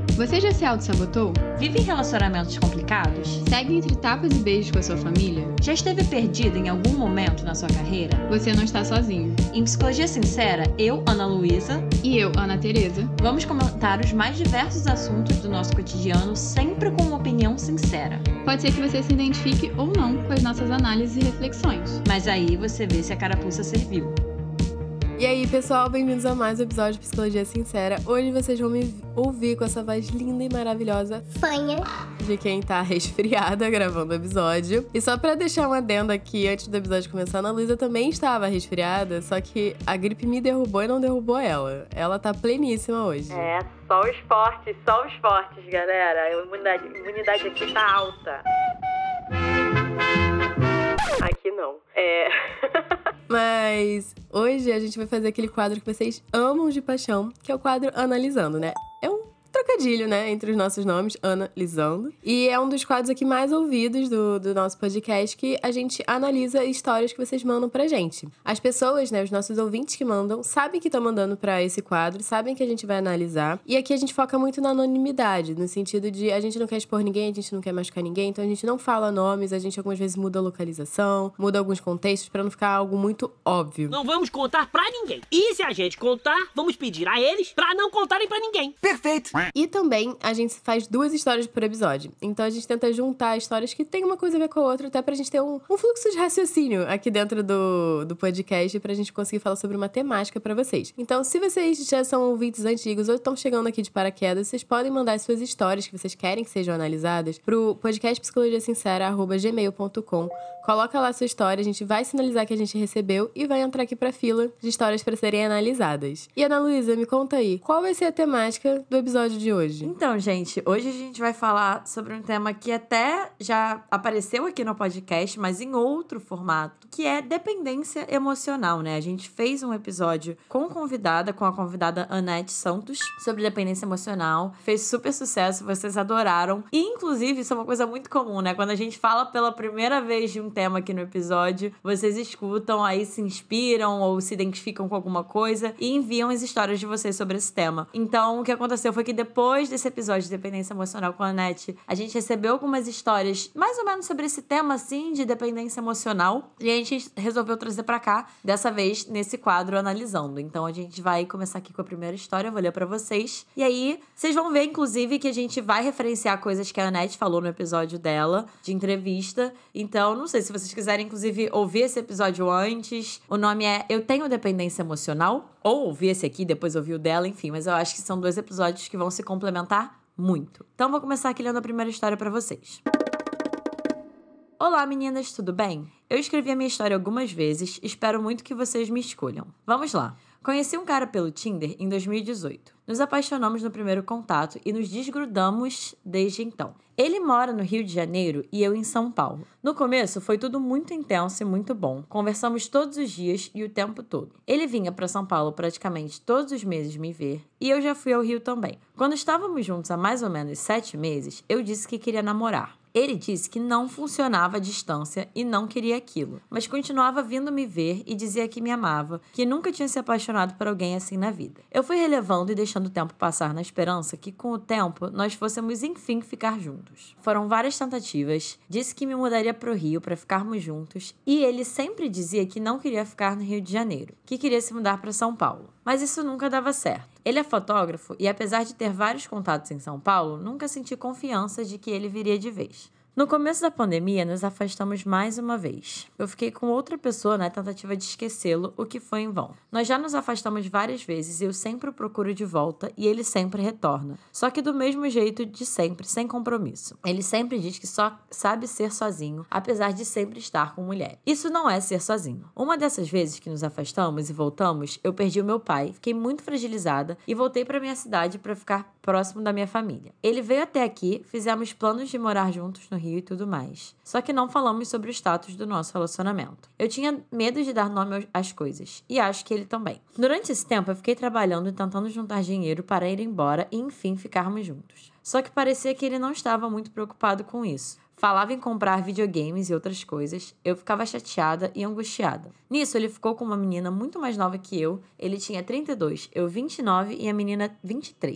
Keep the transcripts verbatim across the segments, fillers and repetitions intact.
Você já se auto-sabotou? Vive em relacionamentos complicados? Segue entre tapas e beijos com a sua família? Já esteve perdido em algum momento na sua carreira? Você não está sozinho. Em Psicologia Sincera, eu, Ana Luísa, e eu, Ana Tereza, vamos comentar os mais diversos assuntos do nosso cotidiano, sempre com uma opinião sincera. Pode ser que você se identifique ou não com as nossas análises e reflexões. Mas aí você vê se a carapuça serviu. E aí, pessoal, bem-vindos a mais um episódio de Psicologia Sincera. Hoje vocês vão me ouvir com essa voz linda e maravilhosa fanha de quem tá resfriada gravando o episódio. E só pra deixar um adendo aqui, antes do episódio começar, a Ana Luísa também estava resfriada, só que a gripe me derrubou e não derrubou ela. Ela tá pleníssima hoje. É, só os fortes, só os fortes, galera. A imunidade, a imunidade aqui tá alta. Aqui não. É... Mas hoje a gente vai fazer aquele quadro que vocês amam de paixão, que é o quadro Analisando, né? É um trocadilho, né, entre os nossos nomes, Analisando. E é um dos quadros aqui mais ouvidos do, do nosso podcast, que a gente analisa histórias que vocês mandam pra gente. As pessoas, né, os nossos ouvintes que mandam, sabem que estão mandando pra esse quadro, sabem que a gente vai analisar. E aqui a gente foca muito na anonimidade, no sentido de a gente não quer expor ninguém, a gente não quer machucar ninguém, então a gente não fala nomes, a gente algumas vezes muda a localização, muda alguns contextos pra não ficar algo muito óbvio. Não vamos contar pra ninguém. E se a gente contar, vamos pedir a eles pra não contarem pra ninguém. Perfeito! E também a gente faz duas histórias por episódio. Então a gente tenta juntar histórias que tem uma coisa a ver com a outra, até pra gente ter um, um fluxo de raciocínio aqui dentro do, do podcast, pra gente conseguir falar sobre uma temática pra vocês. Então, se vocês já são ouvintes antigos ou estão chegando aqui de paraquedas, vocês podem mandar as suas histórias que vocês querem que sejam analisadas pro podcast psicologia sincera arroba gmail ponto com. Coloca lá a sua história, a gente vai sinalizar que a gente recebeu e vai entrar aqui pra fila de histórias pra serem analisadas. E Ana Luísa, me conta aí, qual vai ser a temática do episódio de hoje? Então, gente, hoje a gente vai falar sobre um tema que até já apareceu aqui no podcast, mas em outro formato, que é dependência emocional, né? A gente fez um episódio com convidada, com a convidada Anete Santos, sobre dependência emocional. Fez super sucesso, vocês adoraram. E, inclusive, isso é uma coisa muito comum, né? Quando a gente fala pela primeira vez de um tema aqui no episódio, vocês escutam, aí se inspiram ou se identificam com alguma coisa e enviam as histórias de vocês sobre esse tema. Então, o que aconteceu foi que depois desse episódio de dependência emocional com a Anete, a gente recebeu algumas histórias mais ou menos sobre esse tema, assim, de dependência emocional. E a gente resolveu trazer pra cá, dessa vez, nesse quadro Analisando. Então, a gente vai começar aqui com a primeira história, eu vou ler pra vocês. E aí, vocês vão ver, inclusive, que a gente vai referenciar coisas que a Anete falou no episódio dela, de entrevista. Então, não sei se vocês quiserem, inclusive, ouvir esse episódio antes. O nome é Eu Tenho Dependência Emocional. Ou ouvir esse aqui, depois ouvir o dela, enfim. Mas eu acho que são dois episódios que vão se complementar muito. Então, vou começar aqui lendo a primeira história pra vocês. Olá, meninas, tudo bem? Eu escrevi a minha história algumas vezes, espero muito que vocês me escolham. Vamos lá. Conheci um cara pelo Tinder em dois mil e dezoito. Nos apaixonamos no primeiro contato e nos desgrudamos desde então. Ele mora no Rio de Janeiro e eu em São Paulo. No começo foi tudo muito intenso e muito bom. Conversamos todos os dias e o tempo todo. Ele vinha para São Paulo praticamente todos os meses me ver e eu já fui ao Rio também. Quando estávamos juntos há mais ou menos sete meses, eu disse que queria namorar. Ele disse que não funcionava a distância e não queria aquilo, mas continuava vindo me ver e dizia que me amava, que nunca tinha se apaixonado por alguém assim na vida. Eu fui relevando e deixando o tempo passar na esperança que, com o tempo, nós fôssemos enfim ficar juntos. Foram várias tentativas, disse que me mudaria para o Rio para ficarmos juntos e ele sempre dizia que não queria ficar no Rio de Janeiro, que queria se mudar para São Paulo. Mas isso nunca dava certo. Ele é fotógrafo e, apesar de ter vários contatos em São Paulo, nunca senti confiança de que ele viria de vez. No começo da pandemia, nos afastamos mais uma vez. Eu fiquei com outra pessoa na tentativa de esquecê-lo, o que foi em vão. Nós já nos afastamos várias vezes e eu sempre o procuro de volta e ele sempre retorna. Só que do mesmo jeito de sempre, sem compromisso. Ele sempre diz que só sabe ser sozinho, apesar de sempre estar com mulher. Isso não é ser sozinho. Uma dessas vezes que nos afastamos e voltamos, eu perdi o meu pai, fiquei muito fragilizada e voltei para minha cidade para ficar próximo da minha família. Ele veio até aqui, fizemos planos de morar juntos no Rio e tudo mais. Só que não falamos sobre o status do nosso relacionamento. Eu tinha medo de dar nome às coisas, e acho que ele também. Durante esse tempo, eu fiquei trabalhando e tentando juntar dinheiro para ir embora e, enfim, ficarmos juntos. Só que parecia que ele não estava muito preocupado com isso. Falava em comprar videogames e outras coisas, eu ficava chateada e angustiada. Nisso, ele ficou com uma menina muito mais nova que eu, ele tinha trinta e dois, eu vinte e nove e a menina vinte e três.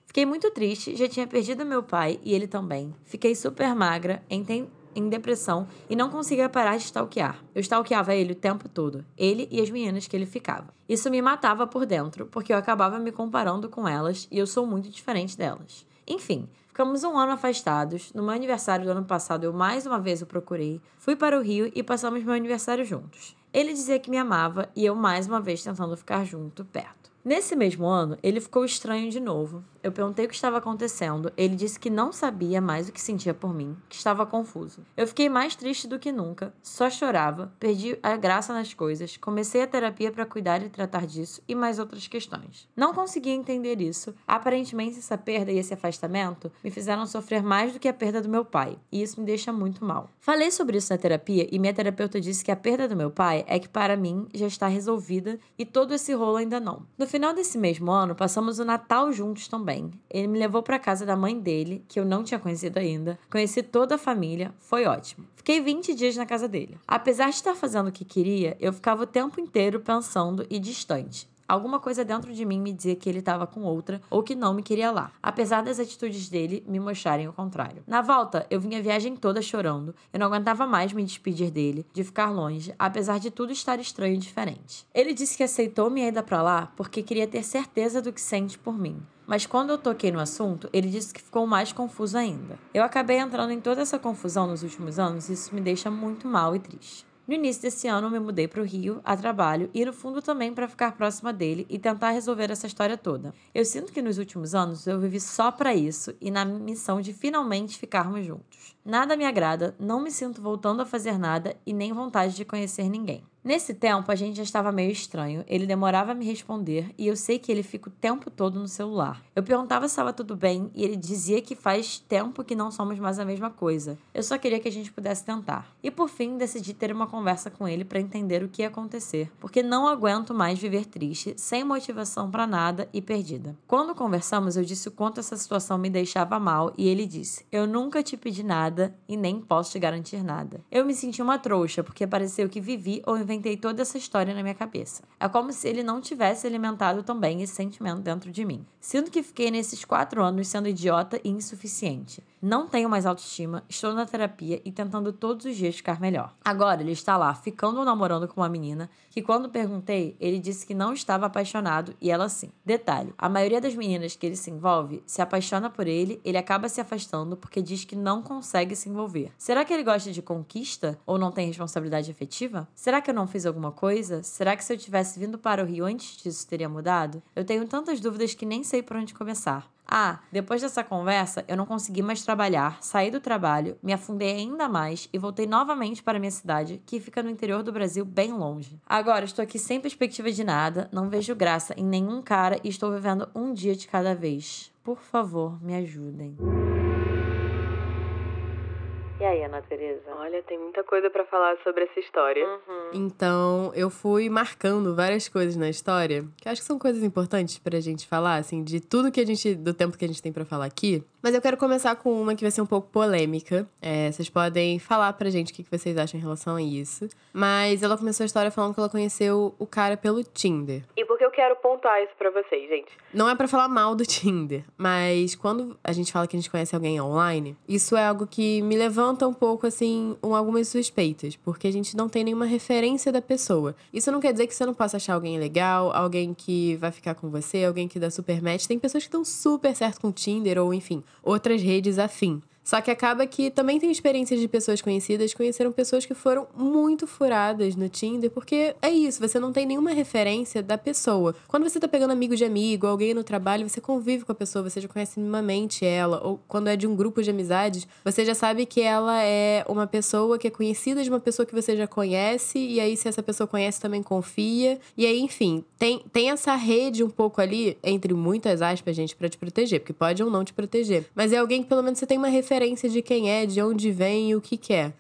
Fiquei muito triste, já tinha perdido meu pai e ele também. Fiquei super magra, enten- em depressão e não conseguia parar de stalkear. Eu stalkeava ele o tempo todo, ele e as meninas que ele ficava. Isso me matava por dentro, porque eu acabava me comparando com elas e eu sou muito diferente delas. Enfim, ficamos um ano afastados. No meu aniversário do ano passado, eu mais uma vez o procurei, fui para o Rio e passamos meu aniversário juntos. Ele dizia que me amava e eu mais uma vez tentando ficar junto, perto. Nesse mesmo ano, ele ficou estranho de novo. Eu perguntei o que estava acontecendo. Ele disse que não sabia mais o que sentia por mim, que estava confuso. Eu fiquei mais triste do que nunca, só chorava, perdi a graça nas coisas, comecei a terapia para cuidar e tratar disso e mais outras questões. Não conseguia entender isso. Aparentemente, essa perda e esse afastamento me fizeram sofrer mais do que a perda do meu pai, e isso me deixa muito mal. Falei sobre isso na terapia e minha terapeuta disse que a perda do meu pai é que para mim já está resolvida e todo esse rolo ainda não. No final desse mesmo ano, passamos o Natal juntos também. Ele me levou para casa da mãe dele, que eu não tinha conhecido ainda. Conheci toda a família, foi ótimo. Fiquei vinte dias na casa dele. Apesar de estar fazendo o que queria, eu ficava o tempo inteiro pensando e distante. Alguma coisa dentro de mim me dizia que ele estava com outra ou que não me queria lá, apesar das atitudes dele me mostrarem o contrário. Na volta, eu vinha a viagem toda chorando. Eu não aguentava mais me despedir dele, de ficar longe, apesar de tudo estar estranho e diferente. Ele disse que aceitou minha ida pra lá porque queria ter certeza do que sente por mim. Mas quando eu toquei no assunto, ele disse que ficou mais confuso ainda. Eu acabei entrando em toda essa confusão nos últimos anos e isso me deixa muito mal e triste. No início desse ano, eu me mudei para o Rio, a trabalho, e no fundo também para ficar próxima dele e tentar resolver essa história toda. Eu sinto que nos últimos anos eu vivi só para isso e na missão de finalmente ficarmos juntos. Nada me agrada, não me sinto voltando a fazer nada e nem vontade de conhecer ninguém. Nesse tempo, a gente já estava meio estranho, ele demorava a me responder e eu sei que ele fica o tempo todo no celular. Eu perguntava se estava tudo bem e ele dizia que faz tempo que não somos mais a mesma coisa. Eu só queria que a gente pudesse tentar. E por fim, decidi ter uma conversa com ele para entender o que ia acontecer, porque não aguento mais viver triste, sem motivação para nada e perdida. Quando conversamos, eu disse o quanto essa situação me deixava mal e ele disse: "Eu nunca te pedi nada e nem posso te garantir nada." Eu me senti uma trouxa, porque pareceu que vivi ou inventei toda essa história na minha cabeça. É como se ele não tivesse alimentado também esse sentimento dentro de mim. Sinto que fiquei nesses quatro anos sendo idiota e insuficiente. Não tenho mais autoestima, estou na terapia e tentando todos os dias ficar melhor. Agora ele está lá, ficando ou namorando com uma menina, que quando perguntei, ele disse que não estava apaixonado e ela sim. Detalhe, a maioria das meninas que ele se envolve se apaixona por ele, ele acaba se afastando porque diz que não consegue se envolver. Será que ele gosta de conquista ou não tem responsabilidade afetiva? Será que eu não fiz alguma coisa? Será que se eu tivesse vindo para o Rio antes disso teria mudado? Eu tenho tantas dúvidas que nem sei por onde começar. Ah, depois dessa conversa, eu não consegui mais trabalhar, saí do trabalho, me afundei ainda mais e voltei novamente para minha cidade, que fica no interior do Brasil, bem longe. Agora, estou aqui sem perspectiva de nada, não vejo graça em nenhum cara e estou vivendo um dia de cada vez. Por favor, me ajudem. E aí, Ana Tereza? Olha, tem muita coisa pra falar sobre essa história. Uhum. Então, eu fui marcando várias coisas na história, que eu acho que são coisas importantes pra gente falar, assim, de tudo que a gente, do tempo que a gente tem pra falar aqui. Mas eu quero começar com uma que vai ser um pouco polêmica. É, vocês podem falar pra gente o que vocês acham em relação a isso. Mas ela começou a história falando que ela conheceu o cara pelo Tinder. E por que eu quero pontuar isso pra vocês, gente? Não é pra falar mal do Tinder, mas quando a gente fala que a gente conhece alguém online, isso é algo que me levanta um pouco, assim, um, algumas suspeitas, porque a gente não tem nenhuma referência da pessoa. Isso não quer dizer que você não possa achar alguém legal, alguém que vai ficar com você, alguém que dá super match. Tem pessoas que dão super certo com o Tinder ou, enfim, outras redes afim. Só que acaba que também tem experiências de pessoas conhecidas que conheceram pessoas que foram muito furadas no Tinder, porque é isso, você não tem nenhuma referência da pessoa. Quando você tá pegando amigo de amigo, alguém no trabalho, você convive com a pessoa, você já conhece minimamente ela, ou quando é de um grupo de amizades, você já sabe que ela é uma pessoa que é conhecida de uma pessoa que você já conhece, e aí se essa pessoa conhece também confia, e aí enfim, tem, tem essa rede um pouco ali, entre muitas aspas, gente, pra te proteger, porque pode ou não te proteger, mas é alguém que pelo menos você tem uma referência de quem é, de onde vem e o que quer.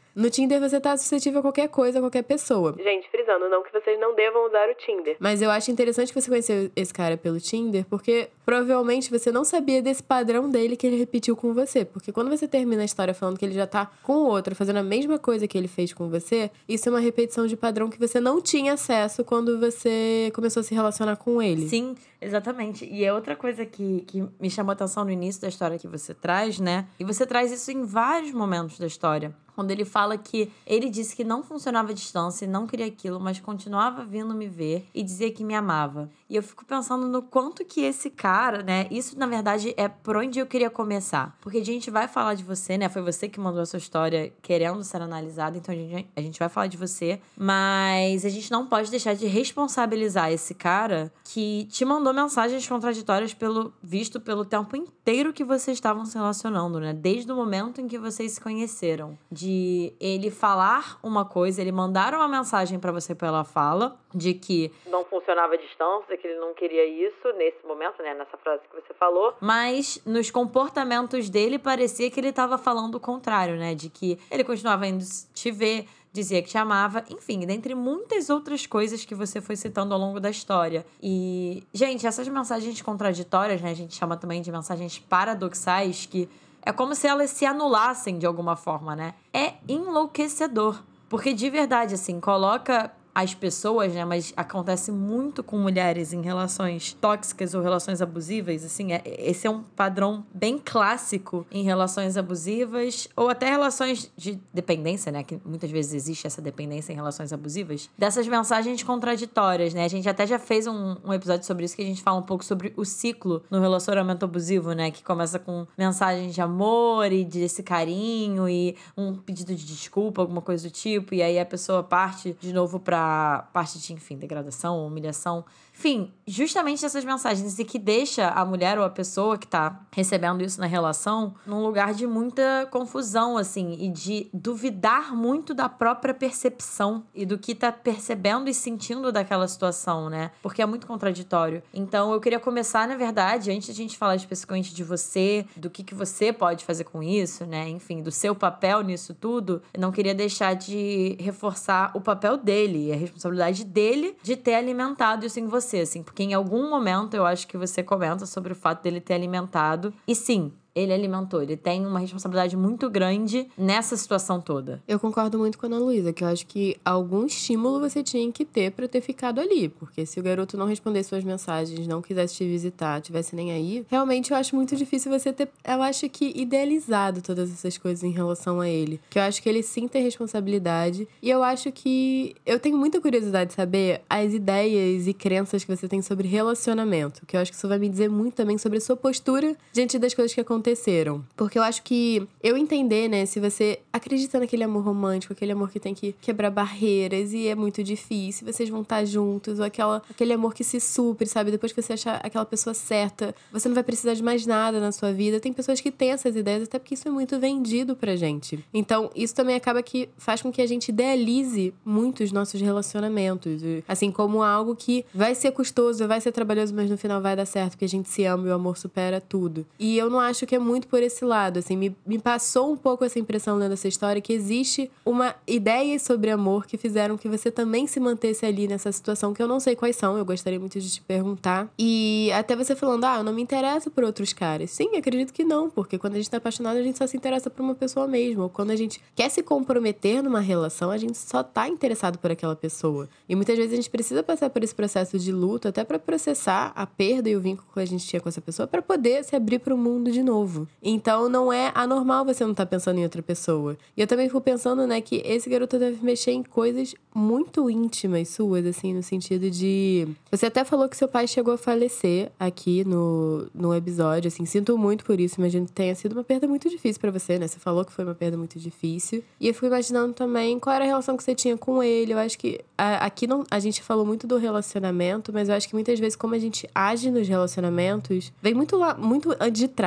No Tinder você tá suscetível a qualquer coisa, a qualquer pessoa. Gente, frisando, não que vocês não devam usar o Tinder. Mas eu acho interessante que você conheceu esse cara pelo Tinder, porque provavelmente você não sabia desse padrão dele que ele repetiu com você. Porque quando você termina a história falando que ele já tá com o outro, fazendo a mesma coisa que ele fez com você, isso é uma repetição de padrão que você não tinha acesso quando você começou a se relacionar com ele. Sim, exatamente. E é outra coisa que, que me chamou a atenção no início da história que você traz, né? E você traz isso em vários momentos da história. Quando ele fala que ele disse que não funcionava a distância e não queria aquilo, mas continuava vindo me ver e dizia que me amava. E eu fico pensando no quanto que esse cara, né? Isso, na verdade, é por onde eu queria começar. Porque a gente vai falar de você, né? Foi você que mandou a sua história querendo ser analisada, então a gente, a gente vai falar de você. Mas a gente não pode deixar de responsabilizar esse cara que te mandou mensagens contraditórias pelo visto pelo tempo inteiro que vocês estavam se relacionando, né? Desde o momento em que vocês se conheceram. De de ele falar uma coisa, ele mandar uma mensagem pra você pela fala, de que não funcionava a distância, que ele não queria isso nesse momento, né? Nessa frase que você falou. Mas nos comportamentos dele parecia que ele tava falando o contrário, né? De que ele continuava indo te ver, dizia que te amava, enfim, dentre muitas outras coisas que você foi citando ao longo da história. E, gente, essas mensagens contraditórias, né? A gente chama também de mensagens paradoxais, que é como se elas se anulassem de alguma forma, né? É enlouquecedor. Porque, de verdade, assim, coloca as pessoas, né? Mas acontece muito com mulheres em relações tóxicas ou relações abusivas, assim, é, esse é um padrão bem clássico em relações abusivas ou até relações de dependência, né? Que muitas vezes existe essa dependência em relações abusivas. Dessas mensagens contraditórias, né? A gente até já fez um, um episódio sobre isso, que a gente fala um pouco sobre o ciclo no relacionamento abusivo, né? Que começa com mensagens de amor e desse carinho e um pedido de desculpa, alguma coisa do tipo, e aí a pessoa parte de novo pra parte de, enfim, degradação, humilhação. Enfim, justamente essas mensagens e que deixa a mulher ou a pessoa que tá recebendo isso na relação num lugar de muita confusão, assim, e de duvidar muito da própria percepção e do que tá percebendo e sentindo daquela situação, né? Porque é muito contraditório. Então, eu queria começar, na verdade, antes de a gente falar especificamente de você, do que, que você pode fazer com isso, né? Enfim, do seu papel nisso tudo, eu não queria deixar de reforçar o papel dele, a responsabilidade dele de ter alimentado isso em você. Assim, porque em algum momento eu acho que você comenta sobre o fato dele ter alimentado. E sim, ele alimentou. Ele tem uma responsabilidade muito grande nessa situação toda. Eu concordo muito com a Ana Luísa, que eu acho que algum estímulo você tinha que ter pra ter ficado ali. Porque se o garoto não respondesse suas mensagens, não quisesse te visitar, tivesse nem aí, realmente eu acho muito difícil você ter, eu acho que, idealizado todas essas coisas em relação a ele. Que eu acho que ele sim tem responsabilidade. E eu acho que... Eu tenho muita curiosidade de saber as ideias e crenças que você tem sobre relacionamento. Que eu acho que isso vai me dizer muito também sobre a sua postura diante das coisas que aconteceram. aconteceram. Porque eu acho que eu entender, né, se você acredita naquele amor romântico, aquele amor que tem que quebrar barreiras e é muito difícil, vocês vão estar juntos, ou aquela, aquele amor que se supre, sabe? Depois que você achar aquela pessoa certa, você não vai precisar de mais nada na sua vida. Tem pessoas que têm essas ideias, até porque isso é muito vendido pra gente. Então, isso também acaba que faz com que a gente idealize muito os nossos relacionamentos. Assim, como algo que vai ser custoso, vai ser trabalhoso, mas no final vai dar certo, porque a gente se ama e o amor supera tudo. E eu não acho que é muito por esse lado, assim, me, me passou um pouco essa impressão lendo essa história, que existe uma ideia sobre amor que fizeram que você também se mantesse ali nessa situação, que eu não sei quais são, eu gostaria muito de te perguntar. E até você falando, ah, eu não me interesso por outros caras. Sim, acredito que não, porque quando a gente tá apaixonado, a gente só se interessa por uma pessoa mesmo. Ou quando a gente quer se comprometer numa relação, a gente só tá interessado por aquela pessoa. E muitas vezes a gente precisa passar por esse processo de luto, até pra processar a perda e o vínculo que a gente tinha com essa pessoa, pra poder se abrir pro mundo de novo. Então, não é anormal você não estar pensando em outra pessoa. E eu também fico pensando, né, que esse garoto deve mexer em coisas muito íntimas suas, assim, no sentido de... Você até falou que seu pai chegou a falecer aqui no, no episódio, assim, sinto muito por isso, imagino que tenha sido uma perda muito difícil pra você, né? Você falou que foi uma perda muito difícil. E eu fico imaginando também qual era a relação que você tinha com ele. Eu acho que a, aqui não, a gente falou muito do relacionamento, mas eu acho que muitas vezes como a gente age nos relacionamentos, vem muito lá, muito de trás, né?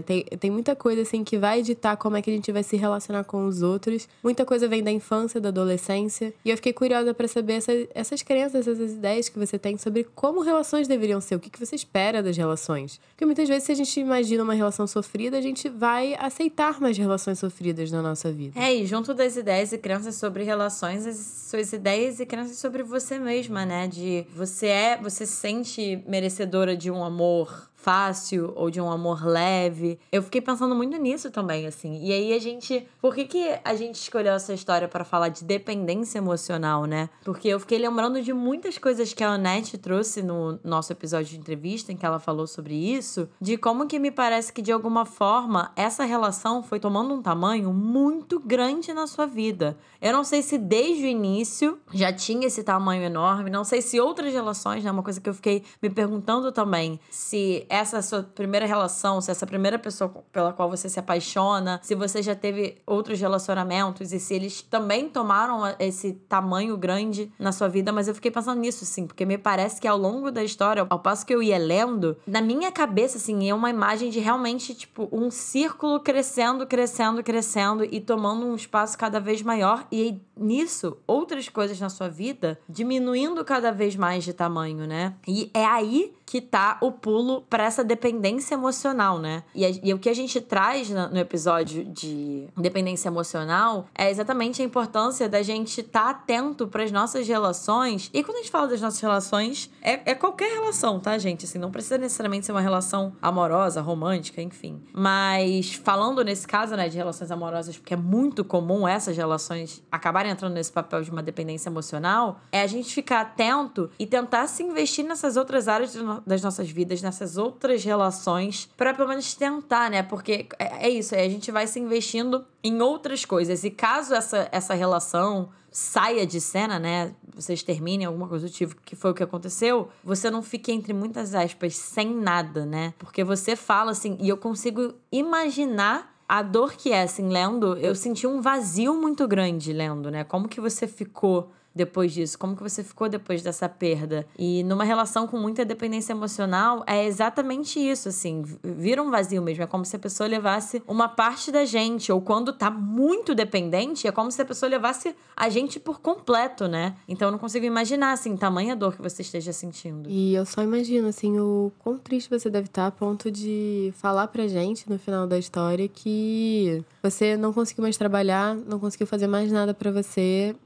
Tem, tem muita coisa, assim, que vai ditar como é que a gente vai se relacionar com os outros. Muita coisa vem da infância, da adolescência. E eu fiquei curiosa pra saber essa, essas crenças, essas ideias que você tem sobre como relações deveriam ser. O que, que você espera das relações. Porque muitas vezes, se a gente imagina uma relação sofrida, a gente vai aceitar mais relações sofridas na nossa vida. É, e junto das ideias e crenças sobre relações, as suas ideias e crenças sobre você mesma, né? De você é, você se sente merecedora de um amor fácil ou de um amor leve. Eu fiquei pensando muito nisso também, assim. E aí a gente... Por que que a gente escolheu essa história pra falar de dependência emocional, né? Porque eu fiquei lembrando de muitas coisas que a Anete trouxe no nosso episódio de entrevista, em que ela falou sobre isso, de como que me parece que, de alguma forma, essa relação foi tomando um tamanho muito grande na sua vida. Eu não sei se desde o início já tinha esse tamanho enorme, não sei se outras relações, né? Uma coisa que eu fiquei me perguntando também, se essa sua primeira relação, se essa primeira pessoa pela qual você se apaixona, se você já teve outros relacionamentos e se eles também tomaram esse tamanho grande na sua vida, mas eu fiquei pensando nisso, assim, porque me parece que ao longo da história, ao passo que eu ia lendo, na minha cabeça, assim, é uma imagem de realmente, tipo, um círculo crescendo, crescendo, crescendo e tomando um espaço cada vez maior e aí, nisso, outras coisas na sua vida diminuindo cada vez mais de tamanho, né? E é aí que tá o pulo pra essa dependência emocional, né? E, a, e o que a gente traz no, no episódio de dependência emocional é exatamente a importância da gente estar tá atento pras nossas relações. E quando a gente fala das nossas relações, é, é qualquer relação, tá, gente? Assim, não precisa necessariamente ser uma relação amorosa, romântica, enfim. Mas falando nesse caso, né, de relações amorosas, porque é muito comum essas relações acabarem entrando nesse papel de uma dependência emocional, é a gente ficar atento e tentar se investir nessas outras áreas das nossas vidas, nessas outras relações, pra pelo menos tentar, né? Porque é, é isso, é, a gente vai se investindo em outras coisas. E caso essa, essa relação saia de cena, né? Vocês terminem alguma coisa do tipo, que foi o que aconteceu, você não fique, entre muitas aspas, sem nada, né? Porque você fala assim, e eu consigo imaginar a dor que é, assim, lendo, eu senti um vazio muito grande lendo, né? Como que você ficou depois disso? Como que você ficou depois dessa perda? E numa relação com muita dependência emocional, é exatamente isso, assim. Vira um vazio mesmo. É como se a pessoa levasse uma parte da gente. Ou quando tá muito dependente, é como se a pessoa levasse a gente por completo, né? Então eu não consigo imaginar, assim, tamanha dor que você esteja sentindo. E eu só imagino, assim, o quão triste você deve estar a ponto de falar pra gente, no final da história, que você não conseguiu mais trabalhar, não conseguiu fazer mais nada pra você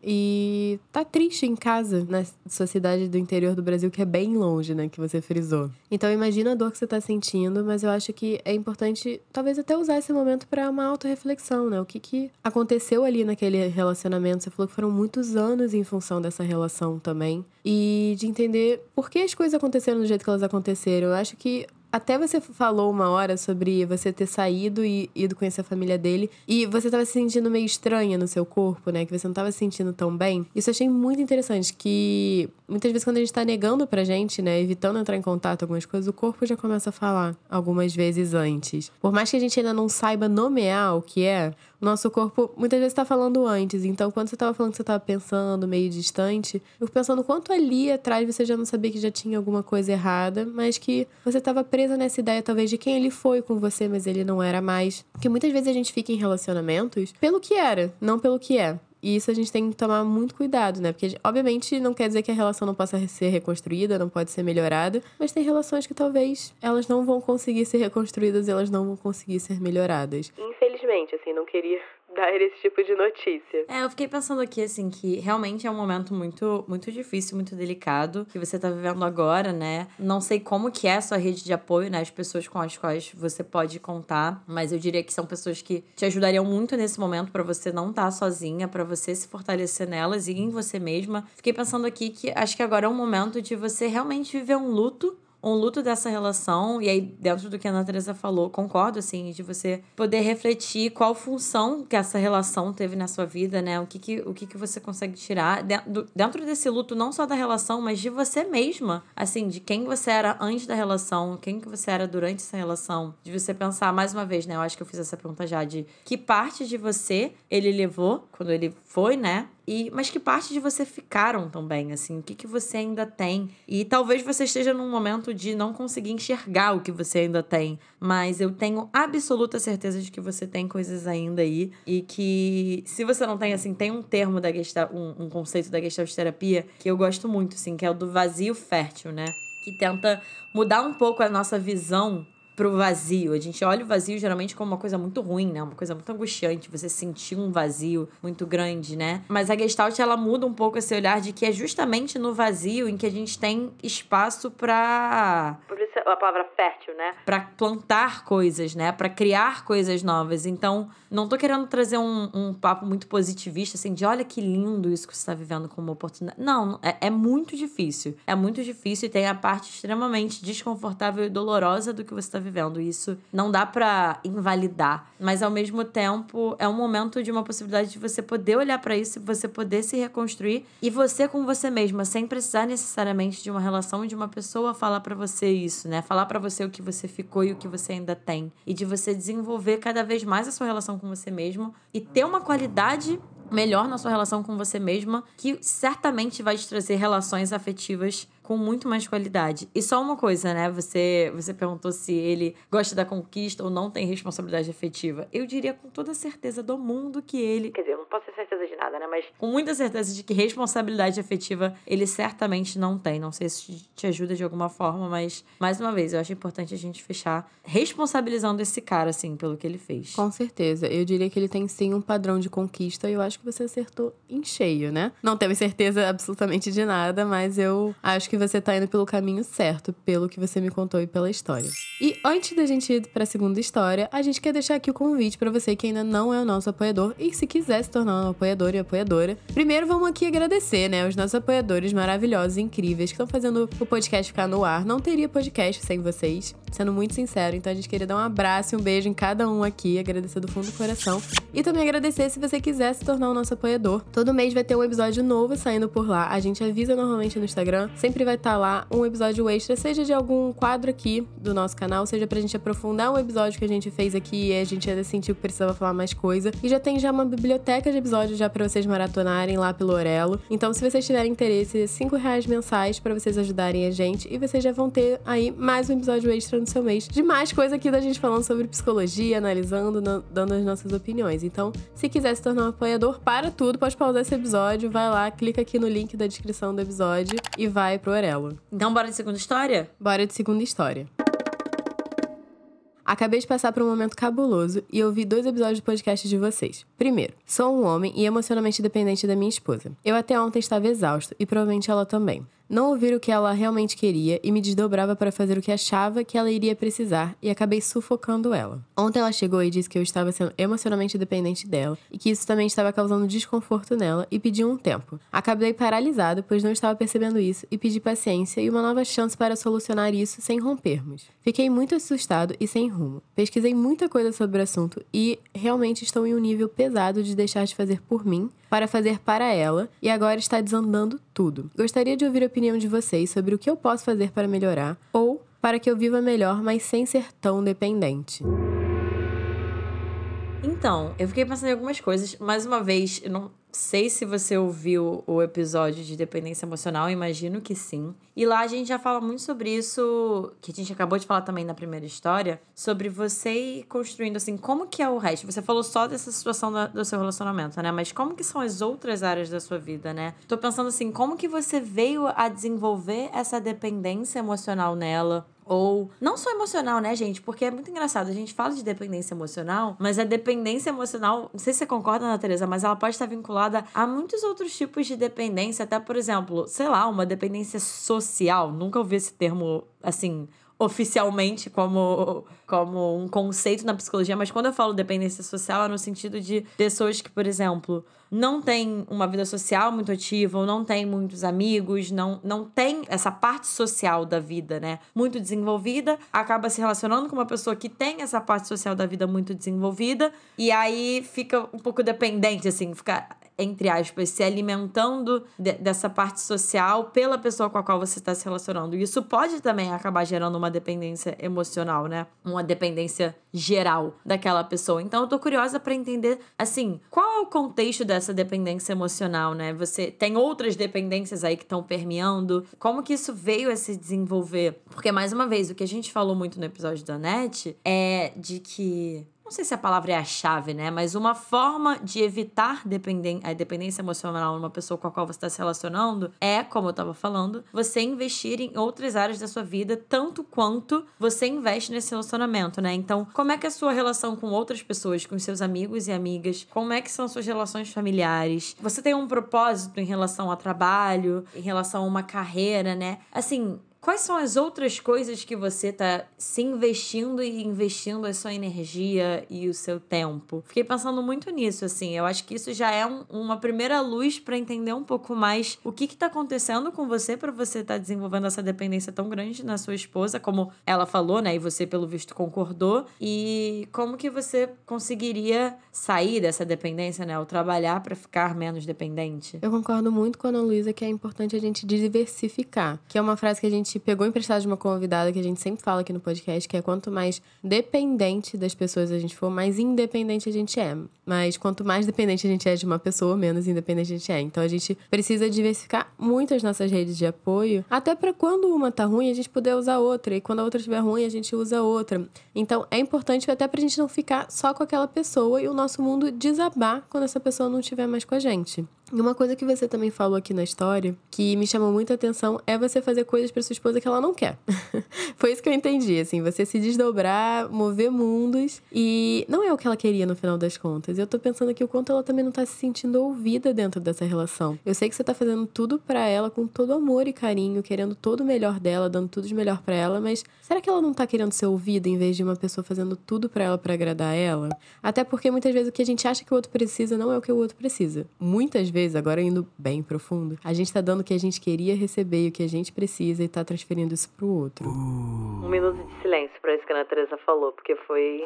e tá triste em casa, na sua cidade do interior do Brasil, que é bem longe, né, que você frisou. Então, imagina a dor que você tá sentindo, mas eu acho que é importante, talvez até usar esse momento pra uma autorreflexão, né? O que que aconteceu ali naquele relacionamento? Você falou que foram muitos anos em função dessa relação também. E de entender por que as coisas aconteceram do jeito que elas aconteceram. Eu acho que até você falou uma hora sobre você ter saído e ido conhecer a família dele e você tava se sentindo meio estranha no seu corpo, né? Que você não tava se sentindo tão bem. Isso eu achei muito interessante, que muitas vezes quando a gente tá negando pra gente, né? Evitando entrar em contato com algumas coisas, o corpo já começa a falar algumas vezes antes. Por mais que a gente ainda não saiba nomear o que é, o nosso corpo muitas vezes tá falando antes. Então, quando você tava falando que você tava pensando meio distante, eu fico pensando quanto ali atrás você já não sabia que já tinha alguma coisa errada, mas que você tava presa nessa ideia, talvez, de quem ele foi com você, mas ele não era mais. Porque muitas vezes a gente fica em relacionamentos pelo que era, não pelo que é. E isso a gente tem que tomar muito cuidado, né? Porque, obviamente, não quer dizer que a relação não possa ser reconstruída, não pode ser melhorada, mas tem relações que talvez elas não vão conseguir ser reconstruídas e elas não vão conseguir ser melhoradas. Infelizmente, assim, não queria dar esse tipo de notícia. É, eu fiquei pensando aqui, assim, que realmente é um momento muito, muito difícil, muito delicado, que você tá vivendo agora, né? Não sei como que é a sua rede de apoio, né? As pessoas com as quais você pode contar, mas eu diria que são pessoas que te ajudariam muito nesse momento pra você não estar sozinha, pra você se fortalecer nelas e em você mesma. Fiquei pensando aqui que acho que agora é um momento de você realmente viver um luto, um luto dessa relação, e aí dentro do que a Ana Teresa falou, concordo, assim, de você poder refletir qual função que essa relação teve na sua vida, né, o que que, o que, que você consegue tirar dentro, dentro desse luto, não só da relação, mas de você mesma, assim, de quem você era antes da relação, quem que você era durante essa relação, de você pensar, mais uma vez, né, eu acho que eu fiz essa pergunta já, de que parte de você ele levou quando ele foi, né, e mas que parte de você ficaram também, assim, o que, que você ainda tem. E talvez você esteja num momento de não conseguir enxergar o que você ainda tem, mas eu tenho absoluta certeza de que você tem coisas ainda aí, e que se você não tem, assim, tem um termo da Gestalt, um, um conceito da Gestalt terapia que eu gosto muito, assim, que é o do vazio fértil, né? Que tenta mudar um pouco a nossa visão pro vazio. A gente olha o vazio geralmente como uma coisa muito ruim, né? Uma coisa muito angustiante, você sentir um vazio muito grande, né? Mas a Gestalt, ela muda um pouco esse olhar de que é justamente no vazio em que a gente tem espaço pra... Por isso a palavra fértil, né? Pra plantar coisas, né? Pra criar coisas novas. Então, não tô querendo trazer um, um papo muito positivista, assim, de olha que lindo isso que você tá vivendo como oportunidade. Não, é, é muito difícil. É muito difícil e tem a parte extremamente desconfortável e dolorosa do que você tá vivendo. Vivendo. Isso não dá pra invalidar, mas ao mesmo tempo é um momento de uma possibilidade de você poder olhar pra isso e você poder se reconstruir e você com você mesma, sem precisar necessariamente de uma relação de uma pessoa falar pra você isso, né? Falar pra você o que você ficou e o que você ainda tem. E de você desenvolver cada vez mais a sua relação com você mesmo e ter uma qualidade melhor na sua relação com você mesma, que certamente vai te trazer relações afetivas com muito mais qualidade. E só uma coisa, né? Você, você perguntou se ele gosta da conquista ou não tem responsabilidade afetiva. Eu diria com toda certeza do mundo que ele... Quer dizer, eu não posso ter certeza de nada, né? Mas... Com muita certeza de que responsabilidade afetiva ele certamente não tem. Não sei se te ajuda de alguma forma, mas, mais uma vez, eu acho importante a gente fechar responsabilizando esse cara, assim, pelo que ele fez. Com certeza. Eu diria que ele tem, sim, um padrão de conquista e eu acho que você acertou em cheio, né? Não temos certeza absolutamente de nada, mas eu acho que você tá indo pelo caminho certo, pelo que você me contou e pela história. E antes da gente ir pra segunda história, a gente quer deixar aqui o convite pra você que ainda não é o nosso apoiador e se quiser se tornar um apoiador e apoiadora. Primeiro, vamos aqui agradecer, né, os nossos apoiadores maravilhosos e incríveis que estão fazendo o podcast ficar no ar. Não teria podcast sem vocês, sendo muito sincero. Então a gente queria dar um abraço e um beijo em cada um aqui, agradecer do fundo do coração. E também agradecer se você quiser se tornar o nosso apoiador. Todo mês vai ter um episódio novo saindo por lá. A gente avisa normalmente no Instagram. Sempre vai estar lá um episódio extra, seja de algum quadro aqui do nosso canal, seja pra gente aprofundar um episódio que a gente fez aqui e a gente ainda sentiu que precisava falar mais coisa. E já tem já uma biblioteca de episódios já pra vocês maratonarem lá pelo Orelo. Então, se vocês tiverem interesse, cinco reais mensais pra vocês ajudarem a gente. E vocês já vão ter aí mais um episódio extra no seu mês. De mais coisa aqui da gente falando sobre psicologia, analisando, no, dando as nossas opiniões. Então, se quiser se tornar um apoiador, para tudo, pode pausar esse episódio, vai lá, clica aqui no link da descrição do episódio e vai pro Orelo. Então, bora de segunda história? Bora de segunda história. Acabei de passar por um momento cabuloso e ouvi dois episódios do podcast de vocês. Primeiro, sou um homem e emocionalmente dependente da minha esposa. Eu até ontem estava exausto e provavelmente ela também. Não ouvir o que ela realmente queria e me desdobrava para fazer o que achava que ela iria precisar e acabei sufocando ela. Ontem ela chegou e disse que eu estava sendo emocionalmente dependente dela e que isso também estava causando desconforto nela e pediu um tempo. Acabei paralisado, pois não estava percebendo isso e pedi paciência e uma nova chance para solucionar isso sem rompermos. Fiquei muito assustado e sem rumo. Pesquisei muita coisa sobre o assunto e realmente estou em um nível pesado de deixar de fazer por mim para fazer para ela e agora está desandando tudo. Gostaria de ouvir a opinião de vocês sobre o que eu posso fazer para melhorar ou para que eu viva melhor, mas sem ser tão dependente. Então, eu fiquei pensando em algumas coisas. Mais uma vez, eu não sei se você ouviu o episódio de dependência emocional, imagino que sim. E lá a gente já fala muito sobre isso, que a gente acabou de falar também na primeira história, sobre você ir construindo, assim, como que é o resto. Você falou só dessa situação da, do seu relacionamento, né? Mas como que são as outras áreas da sua vida, né? Tô pensando assim, como que você veio a desenvolver essa dependência emocional nela? Ou, não só emocional, né, gente? Porque é muito engraçado. A gente fala de dependência emocional, mas a dependência emocional, não sei se você concorda, Ana Teresa, mas ela pode estar vinculada a muitos outros tipos de dependência. Até, por exemplo, sei lá, uma dependência social. Nunca ouvi esse termo, assim, oficialmente como, como um conceito na psicologia, mas quando eu falo dependência social é no sentido de pessoas que, por exemplo, não têm uma vida social muito ativa ou não têm muitos amigos, não, não tem essa parte social da vida, né, muito desenvolvida, acaba se relacionando com uma pessoa que tem essa parte social da vida muito desenvolvida e aí fica um pouco dependente, assim, fica... entre aspas, se alimentando de, dessa parte social pela pessoa com a qual você está se relacionando. E isso pode também acabar gerando uma dependência emocional, né? Uma dependência geral daquela pessoa. Então, eu tô curiosa pra entender, assim, qual é o contexto dessa dependência emocional, né? Você tem outras dependências aí que estão permeando? Como que isso veio a se desenvolver? Porque, mais uma vez, o que a gente falou muito no episódio da Net é de que... Não sei se a palavra é a chave, né? Mas uma forma de evitar dependen- a dependência emocional numa pessoa com a qual você está se relacionando é, como eu estava falando, você investir em outras áreas da sua vida, tanto quanto você investe nesse relacionamento, né? Então, como é que é a sua relação com outras pessoas, com seus amigos e amigas? Como é que são suas relações familiares? Você tem um propósito em relação ao trabalho, em relação a uma carreira, né? Assim... Quais são as outras coisas que você tá se investindo e investindo a sua energia e o seu tempo? Fiquei pensando muito nisso, assim. Eu acho que isso já é um, uma primeira luz para entender um pouco mais o que que tá acontecendo com você para você estar tá desenvolvendo essa dependência tão grande na sua esposa, como ela falou, né? E você, pelo visto, concordou. E como que você conseguiria sair dessa dependência, né? Ou trabalhar para ficar menos dependente? Eu concordo muito com a Ana Luísa que é importante a gente diversificar, que é uma frase que a gente pegou emprestado de uma convidada que a gente sempre fala aqui no podcast, que é quanto mais dependente das pessoas a gente for, mais independente a gente é. Mas quanto mais dependente a gente é de uma pessoa, menos independente a gente é. Então a gente precisa diversificar muito as nossas redes de apoio, até para quando uma tá ruim, a gente poder usar outra. E quando a outra estiver ruim, a gente usa outra. Então é importante até pra gente não ficar só com aquela pessoa e o nosso mundo desabar quando essa pessoa não estiver mais com a gente. E uma coisa que você também falou aqui na história, que me chamou muita atenção, é você fazer coisas pra sua esposa que ela não quer. Foi isso que eu entendi, assim, você se desdobrar, mover mundos, e não é o que ela queria no final das contas. E eu tô pensando aqui o quanto ela também não tá se sentindo ouvida dentro dessa relação. Eu sei que você tá fazendo tudo pra ela com todo amor e carinho, querendo todo o melhor dela, dando tudo de melhor pra ela, mas será que ela não tá querendo ser ouvida em vez de uma pessoa fazendo tudo pra ela pra agradar ela? Até porque muitas vezes o que a gente acha que o outro precisa não é o que o outro precisa. Muitas vezes agora indo bem profundo, a gente tá dando o que a gente queria receber e o que a gente precisa e tá transferindo isso pro outro. Um minuto de silêncio pra isso que a Ana Teresa falou, porque foi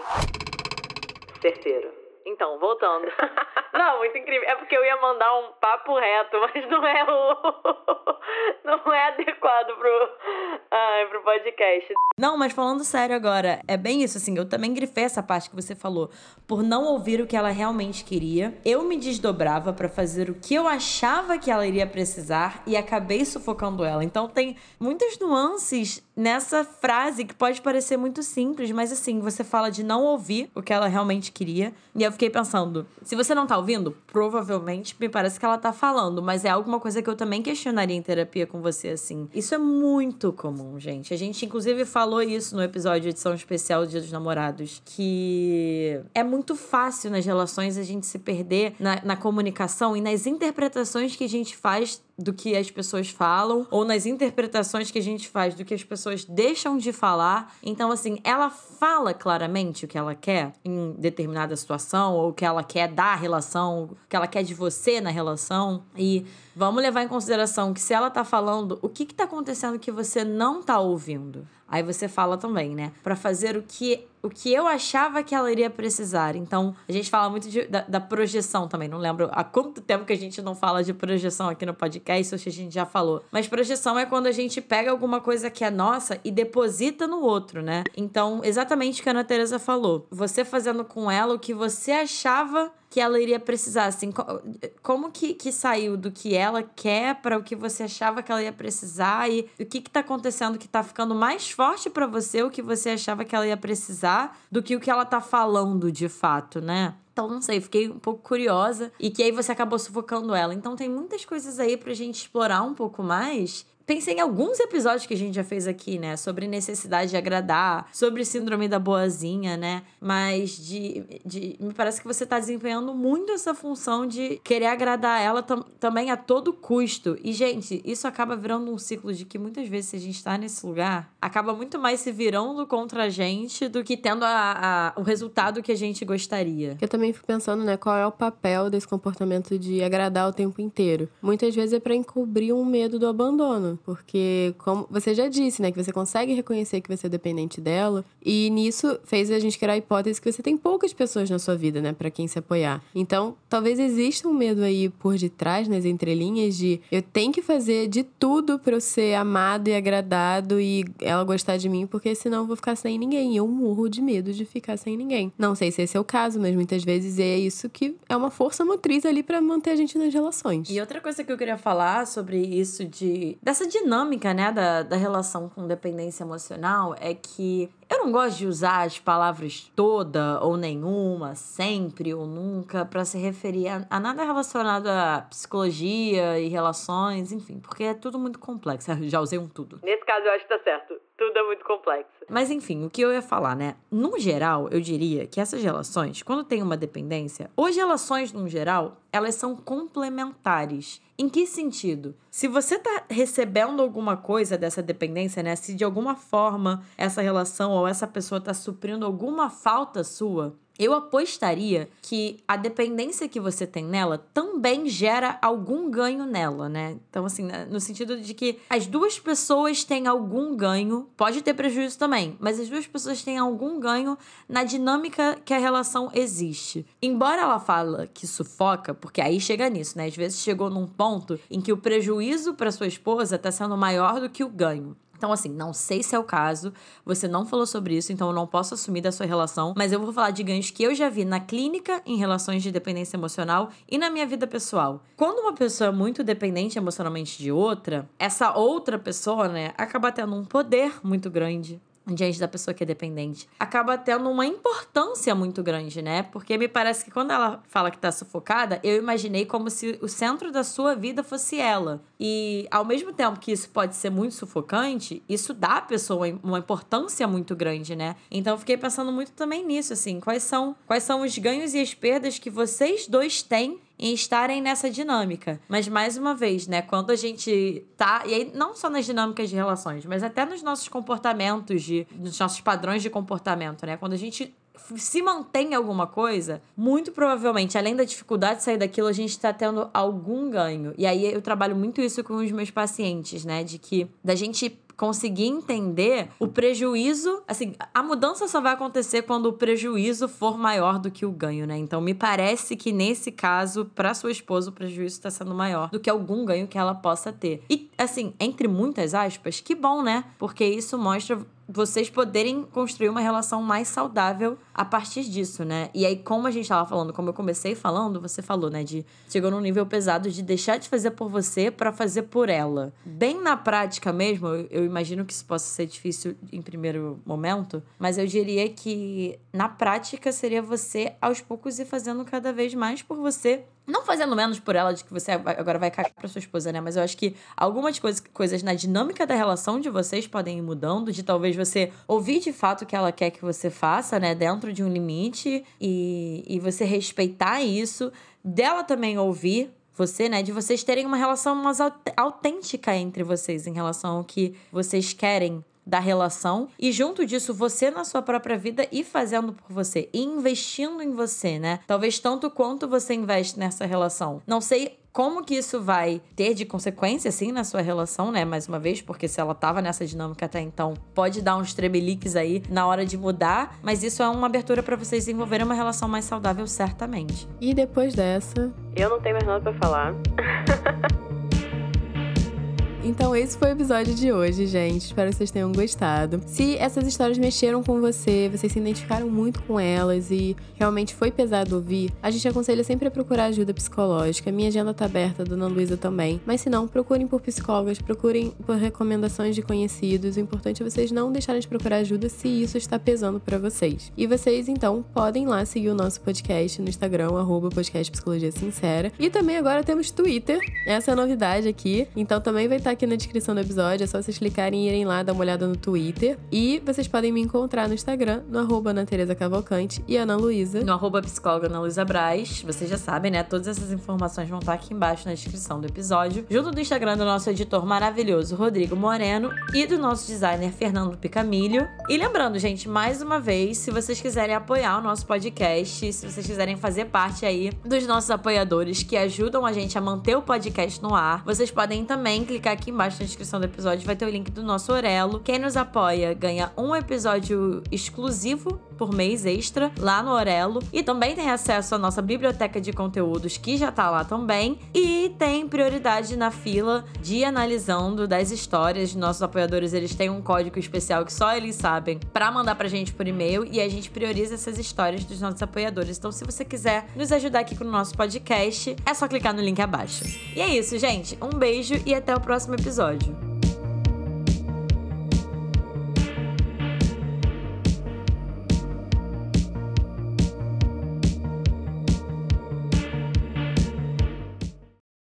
certeiro. Então, voltando. Não, muito incrível. É porque eu ia mandar um papo reto, mas não é o... não é adequado pro, ai, pro podcast. Não, mas falando sério agora, é bem isso, assim, eu também grifei essa parte que você falou. Por não ouvir o que ela realmente queria, eu me desdobrava pra fazer o que eu achava que ela iria precisar e acabei sufocando ela. Então tem muitas nuances nessa frase que pode parecer muito simples, mas assim, você fala de não ouvir o que ela realmente queria. E eu fiquei pensando, se você não tá ouvindo, provavelmente me parece que ela tá falando, mas é alguma coisa que eu também questionaria em terapia com você, assim. Isso é muito comum, gente. A gente, inclusive, falou isso no episódio de edição especial do Dia dos Namorados, que é muito fácil nas relações a gente se perder na, na comunicação e nas interpretações que a gente faz do que as pessoas falam, ou nas interpretações que a gente faz do que as pessoas deixam de falar. Então, assim, ela fala claramente o que ela quer em determinada situação, ou o que ela quer da relação, o que ela quer de você na relação. E vamos levar em consideração que se ela tá falando, o que que tá acontecendo que você não tá ouvindo? Aí você fala também, né? Pra fazer o que, o que eu achava que ela iria precisar. Então, a gente fala muito de, da, da projeção também. Não lembro há quanto tempo que a gente não fala de projeção aqui no podcast, ou se a gente já falou. Mas projeção é quando a gente pega alguma coisa que é nossa e deposita no outro, né? Então, exatamente o que a Ana Teresa falou. Você fazendo com ela o que você achava que ela iria precisar, assim, como que, que saiu do que ela quer para o que você achava que ela ia precisar e o que que tá acontecendo que tá ficando mais forte para você, o que você achava que ela ia precisar, do que o que ela tá falando de fato, né? Então, não sei, fiquei um pouco curiosa e que aí você acabou sufocando ela. Então, tem muitas coisas aí pra gente explorar um pouco mais. Pensei em alguns episódios que a gente já fez aqui, né? Sobre necessidade de agradar, sobre síndrome da boazinha, né? Mas de, de me parece que você tá desempenhando muito essa função de querer agradar ela tam, também a todo custo. E, gente, isso acaba virando um ciclo de que muitas vezes, se a gente tá nesse lugar, acaba muito mais se virando contra a gente do que tendo a, a, o resultado que a gente gostaria. Eu também fico pensando, né? Qual é o papel desse comportamento de agradar o tempo inteiro? Muitas vezes é pra encobrir um medo do abandono. Ana, porque como você já disse, né, que você consegue reconhecer que você é dependente dela, e nisso fez a gente criar a hipótese que você tem poucas pessoas na sua vida, né, pra quem se apoiar. Então, talvez exista um medo aí por detrás, nas entrelinhas, de eu tenho que fazer de tudo pra eu ser amado e agradado e ela gostar de mim, porque senão eu vou ficar sem ninguém. Eu morro de medo de ficar sem ninguém. Não sei se esse é o caso, mas muitas vezes é isso que é uma força motriz ali pra manter a gente nas relações. E outra coisa que eu queria falar sobre isso de... dessa dinâmica, né, da, da relação com dependência emocional é que eu não gosto de usar as palavras toda ou nenhuma, sempre ou nunca, pra se referir a, a nada relacionado a psicologia e relações, enfim, porque é tudo muito complexo. Eu já usei um tudo. Nesse caso, eu acho que tá certo. Tudo é muito complexo. Mas enfim, o que eu ia falar, né? No geral, eu diria que essas relações, quando tem uma dependência, ou as relações, no geral, elas são complementares. Em que sentido? Se você tá recebendo alguma coisa dessa dependência, né? Se de alguma forma essa relação ou essa pessoa tá suprindo alguma falta sua, eu apostaria que a dependência que você tem nela também gera algum ganho nela, né? Então, assim, no sentido de que as duas pessoas têm algum ganho, pode ter prejuízo também, mas as duas pessoas têm algum ganho na dinâmica que a relação existe. Embora ela fala que sufoca, porque aí chega nisso, né? Às vezes chegou num ponto em que o prejuízo para sua esposa tá sendo maior do que o ganho. Então, assim, não sei se é o caso, você não falou sobre isso, então eu não posso assumir da sua relação, mas eu vou falar de ganhos que eu já vi na clínica em relações de dependência emocional e na minha vida pessoal. Quando uma pessoa é muito dependente emocionalmente de outra, essa outra pessoa, né, acaba tendo um poder muito grande diante da pessoa que é dependente. Acaba tendo uma importância muito grande, né? Porque me parece que quando ela fala que tá sufocada, eu imaginei como se o centro da sua vida fosse ela. E ao mesmo tempo que isso pode ser muito sufocante, isso dá à pessoa uma importância muito grande, né? Então eu fiquei pensando muito também nisso, assim, quais são, quais são os ganhos e as perdas que vocês dois têm em estarem nessa dinâmica. Mas, mais uma vez, né, quando a gente tá... E aí, não só nas dinâmicas de relações, mas até nos nossos comportamentos, de, nos nossos padrões de comportamento, né? Quando a gente se mantém em alguma coisa, muito provavelmente, além da dificuldade de sair daquilo, a gente tá tendo algum ganho. E aí, eu trabalho muito isso com os meus pacientes, né? De que, da gente conseguir entender o prejuízo, assim, a mudança só vai acontecer quando o prejuízo for maior do que o ganho, né? Então, me parece que nesse caso, para sua esposa, o prejuízo está sendo maior do que algum ganho que ela possa ter. E, assim, entre muitas aspas, que bom, né? Porque isso mostra vocês poderem construir uma relação mais saudável a partir disso, né? E aí, como a gente tava falando, como eu comecei falando, você falou, né? De chegou num nível pesado de deixar de fazer por você pra fazer por ela. Bem na prática mesmo, eu, eu imagino que isso possa ser difícil em primeiro momento, mas eu diria que na prática seria você, aos poucos, ir fazendo cada vez mais por você. Não fazendo menos por ela, de que você agora vai cagar pra sua esposa, né? Mas eu acho que algumas coisas, coisas na dinâmica da relação de vocês podem ir mudando, de talvez você ouvir de fato o que ela quer que você faça, né? Dentro de um limite e, e você respeitar isso. Dela também ouvir você, né? De vocês terem uma relação mais autêntica entre vocês em relação ao que vocês querem da relação, e junto disso você na sua própria vida ir fazendo por você, e investindo em você, né? Talvez tanto quanto você investe nessa relação. Não sei como que isso vai ter de consequência, assim, na sua relação, né? Mais uma vez, porque se ela tava nessa dinâmica até então, pode dar uns tremeliques aí na hora de mudar, mas isso é uma abertura pra vocês desenvolverem uma relação mais saudável, certamente. E depois dessa... Eu não tenho mais nada pra falar. Então esse foi o episódio de hoje, gente. Espero que vocês tenham gostado. Se essas histórias mexeram com você, vocês se identificaram muito com elas e realmente foi pesado ouvir, a gente aconselha sempre a procurar ajuda psicológica. Minha agenda tá aberta, a Dona Luísa também. Mas se não, procurem por psicólogas, procurem por recomendações de conhecidos. O importante é vocês não deixarem de procurar ajuda se isso está pesando pra vocês. E vocês, então, podem lá seguir o nosso podcast no Instagram, arroba podcast Psicologia Sincera. E também agora temos Twitter. Essa é a novidade aqui. Então também vai estar aqui na descrição do episódio, é só vocês clicarem e irem lá dar uma olhada no Twitter. E vocês podem me encontrar no Instagram, no arroba Ana Tereza Cavalcante e Ana Luísa. No arroba psicóloga Ana Luísa Braz. Vocês já sabem, né? Todas essas informações vão estar aqui embaixo na descrição do episódio. Junto do Instagram do nosso editor maravilhoso, Rodrigo Moreno, e do nosso designer, Fernando Picamilho. E lembrando, gente, mais uma vez, se vocês quiserem apoiar o nosso podcast, se vocês quiserem fazer parte aí dos nossos apoiadores que ajudam a gente a manter o podcast no ar, vocês podem também clicar aqui aqui embaixo na descrição do episódio vai ter o link do nosso Orelo. Quem nos apoia ganha um episódio exclusivo por mês extra lá no Orelo. E também tem acesso à nossa biblioteca de conteúdos, que já tá lá também. E tem prioridade na fila de analisando das histórias. Nossos apoiadores, eles têm um código especial que só eles sabem pra mandar pra gente por e-mail. E a gente prioriza essas histórias dos nossos apoiadores. Então, se você quiser nos ajudar aqui com o nosso podcast, é só clicar no link abaixo. E é isso, gente. Um beijo e até o próximo episódio.